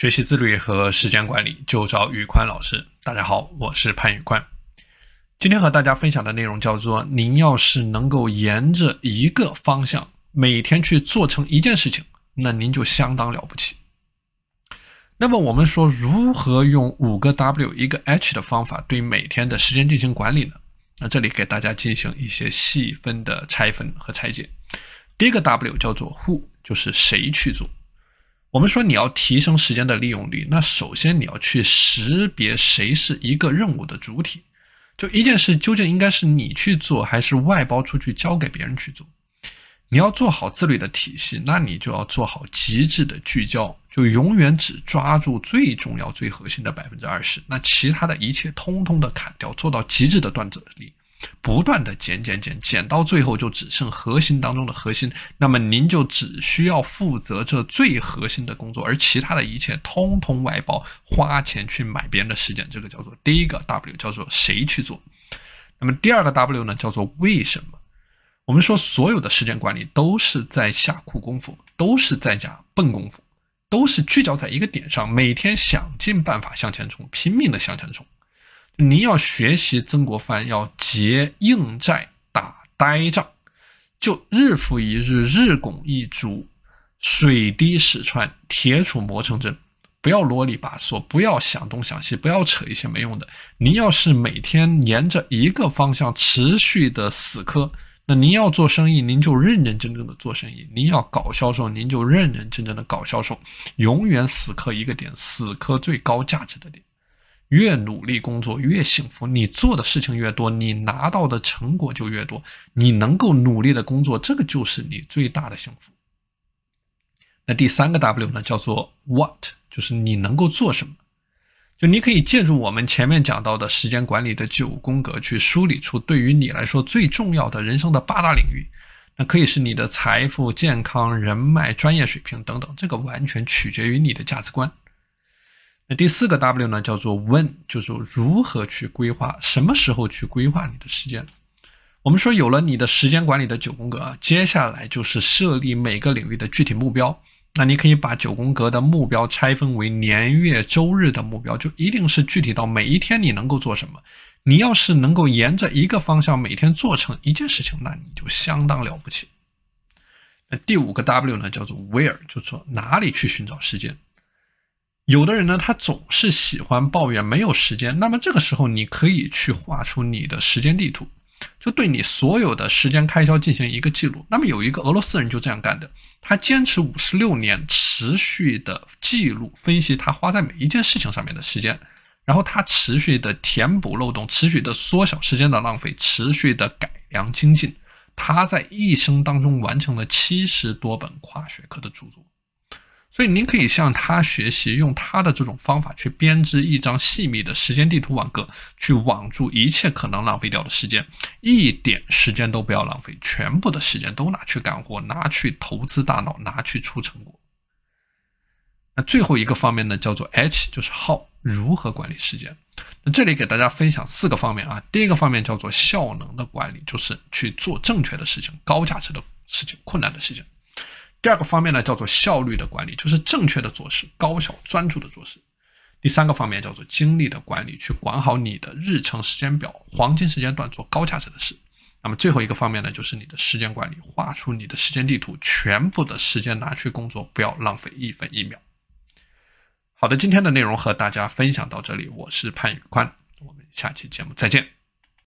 学习自律和时间管理就找宇宽老师。大家好，我是潘宇宽。今天和大家分享的内容叫做您要是能够沿着一个方向每天去做成一件事情，那您就相当了不起。那么我们说如何用5个 W 1个 H 的方法对每天的时间进行管理呢？那这里给大家进行一些细分的拆分和拆解。第一个 W 叫做 Who， 就是谁去做。我们说你要提升时间的利用率，那首先你要去识别谁是一个任务的主体，就一件事究竟应该是你去做还是外包出去交给别人去做。你要做好自律的体系，那你就要做好极致的聚焦，就永远只抓住最重要最核心的 20%， 那其他的一切通通的砍掉，做到极致的断舍离，不断的减到最后就只剩核心当中的核心，那么您就只需要负责这最核心的工作，而其他的一切通通外包，花钱去买别人的时间。这个叫做第一个 W， 叫做谁去做。那么第二个 W 呢，叫做为什么。我们说所有的时间管理都是在下苦功夫，都是在下笨功夫，都是聚焦在一个点上，每天想尽办法向前冲，拼命的向前冲。您要学习曾国藩，要结硬债打呆仗，就日复一日，日拱一卒，水滴石穿，铁杵磨成针。不要啰里吧嗦，不要想东想西，不要扯一些没用的。您要是每天沿着一个方向持续的死磕，那您要做生意，您就认认真真的做生意；您要搞销售，您就认认真真的搞销售。永远死磕一个点，死磕最高价值的点。越努力工作越幸福，你做的事情越多，你拿到的成果就越多，你能够努力的工作，这个就是你最大的幸福。那第三个 W 呢，叫做 What， 就是你能够做什么。就你可以借助我们前面讲到的时间管理的9宫格去梳理出对于你来说最重要的人生的8大领域，那可以是你的财富、健康、人脉、专业水平等等，这个完全取决于你的价值观。那第4个 W 呢，叫做 When， 就是如何去规划，什么时候去规划你的时间。我们说有了你的时间管理的9宫格，接下来就是设立每个领域的具体目标。那你可以把9宫格的目标拆分为年月周日的目标，就一定是具体到每一天你能够做什么。你要是能够沿着一个方向每天做成一件事情，那你就相当了不起。那第5个 W 呢，叫做 Where， 就是说哪里去寻找时间。有的人呢，他总是喜欢抱怨没有时间，那么这个时候你可以去画出你的时间地图，就对你所有的时间开销进行一个记录。那么有一个俄罗斯人就这样干的，他坚持56年持续的记录分析他花在每一件事情上面的时间，然后他持续的填补漏洞，持续的缩小时间的浪费，持续的改良精进。他在一生当中完成了70多本跨学科的著作。所以您可以向他学习，用他的这种方法去编织一张细密的时间地图网格，去网住一切可能浪费掉的时间，一点时间都不要浪费，全部的时间都拿去干活，拿去投资大脑，拿去出成果。那最后一个方面呢，叫做 H， 就是 How， 如何管理时间。那这里给大家分享4个方面啊。第一个方面叫做效能的管理，就是去做正确的事情，高价值的事情，困难的事情。第二个方面呢，叫做效率的管理，就是正确的做事，高效专注的做事。第三个方面叫做精力的管理，去管好你的日程时间表，黄金时间段做高价值的事。那么最后一个方面呢，就是你的时间管理，画出你的时间地图，全部的时间拿去工作，不要浪费1分1秒。好的，今天的内容和大家分享到这里，我是潘宇宽，我们下期节目再见。